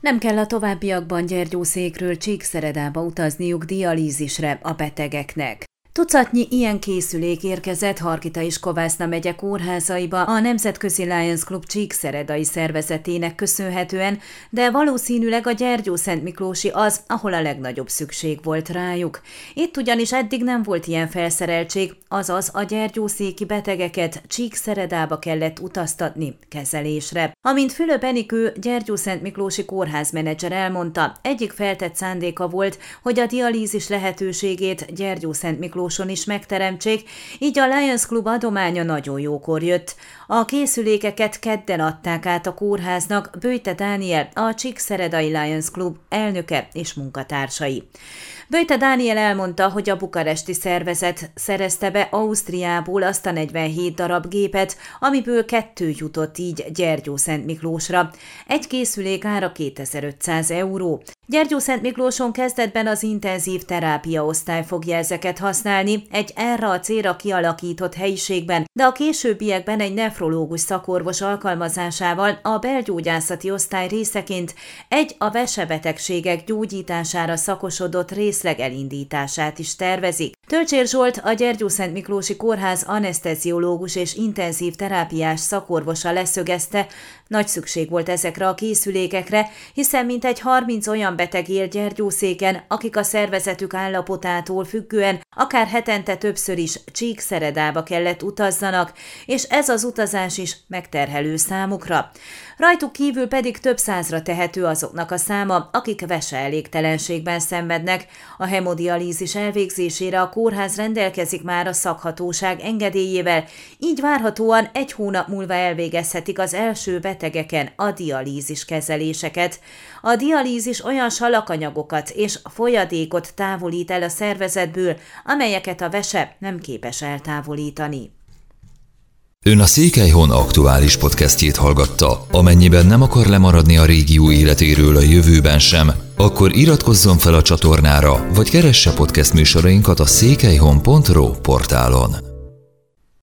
Nem kell a továbbiakban Gyergyószékről Csíkszeredába utazniuk dialízisre a betegeknek. Tucatnyi ilyen készülék érkezett Hargita és Kovászna megye kórházaiba a Nemzetközi Lions Club csíkszeredai szervezetének köszönhetően, de valószínűleg a Gyergyószentmiklósi az, ahol a legnagyobb szükség volt rájuk. Itt ugyanis eddig nem volt ilyen felszereltség, azaz a gyergyószéki betegeket Csíkszeredába kellett utaztatni kezelésre. Amint Fülöp Enikő Gyergyószentmiklósi kórházmenedzser elmondta, egyik feltett szándéka volt, hogy a dialízis lehetőségét Gyergyószentmiklóson is megteremtsék, így a Lions Club adománya nagyon jókor jött. A készülékeket kedden adták át a kórháznak Böjte Dániel, a Csíkszeredai Lions Club elnöke és munkatársai. Böjte Dániel elmondta, hogy a bukaresti szervezet szerezte be Ausztriából azt a 47 darab gépet, amiből 2 jutott így Gyergyószentmiklósra. Egy készülék ára 2500 euró. Gyergyószentmiklóson kezdetben az intenzív terápia osztály fogja ezeket használni, egy erre a célra kialakított helyiségben, de a későbbiekben egy nefrológus szakorvos alkalmazásával a belgyógyászati osztály részeként egy a vesebetegségek gyógyítására szakosodott részleg elindítását is tervezik. Tölcsér Zsolt, a Gyergyószentmiklósi Kórház aneszteziológus és intenzív terápiás szakorvosa leszögezte, nagy szükség volt ezekre a készülékekre, hiszen mintegy 30 olyan beteg él Gyergyószéken, akik a szervezetük állapotától függően akár hetente többször is Csíkszeredába kellett utazzanak, és ez az utazás is megterhelő számukra. Rajtuk kívül pedig több százra tehető azoknak a száma, akik veseelégtelenségben szenvednek. A hemodialízis elvégzésére a kórház rendelkezik már a szakhatóság engedélyével, így várhatóan 1 hónap múlva elvégezhetik az első betegeken a dialízis kezeléseket. A dialízis olyan salakanyagokat és folyadékot távolít el a szervezetből, amelyeket a vese nem képes eltávolítani. Ön a Székelyhon aktuális podcastjét hallgatta. Amennyiben nem akar lemaradni a régió életéről a jövőben sem, akkor iratkozzon fel a csatornára, vagy keresse podcast műsorainkat a székelyhon.ro portálon.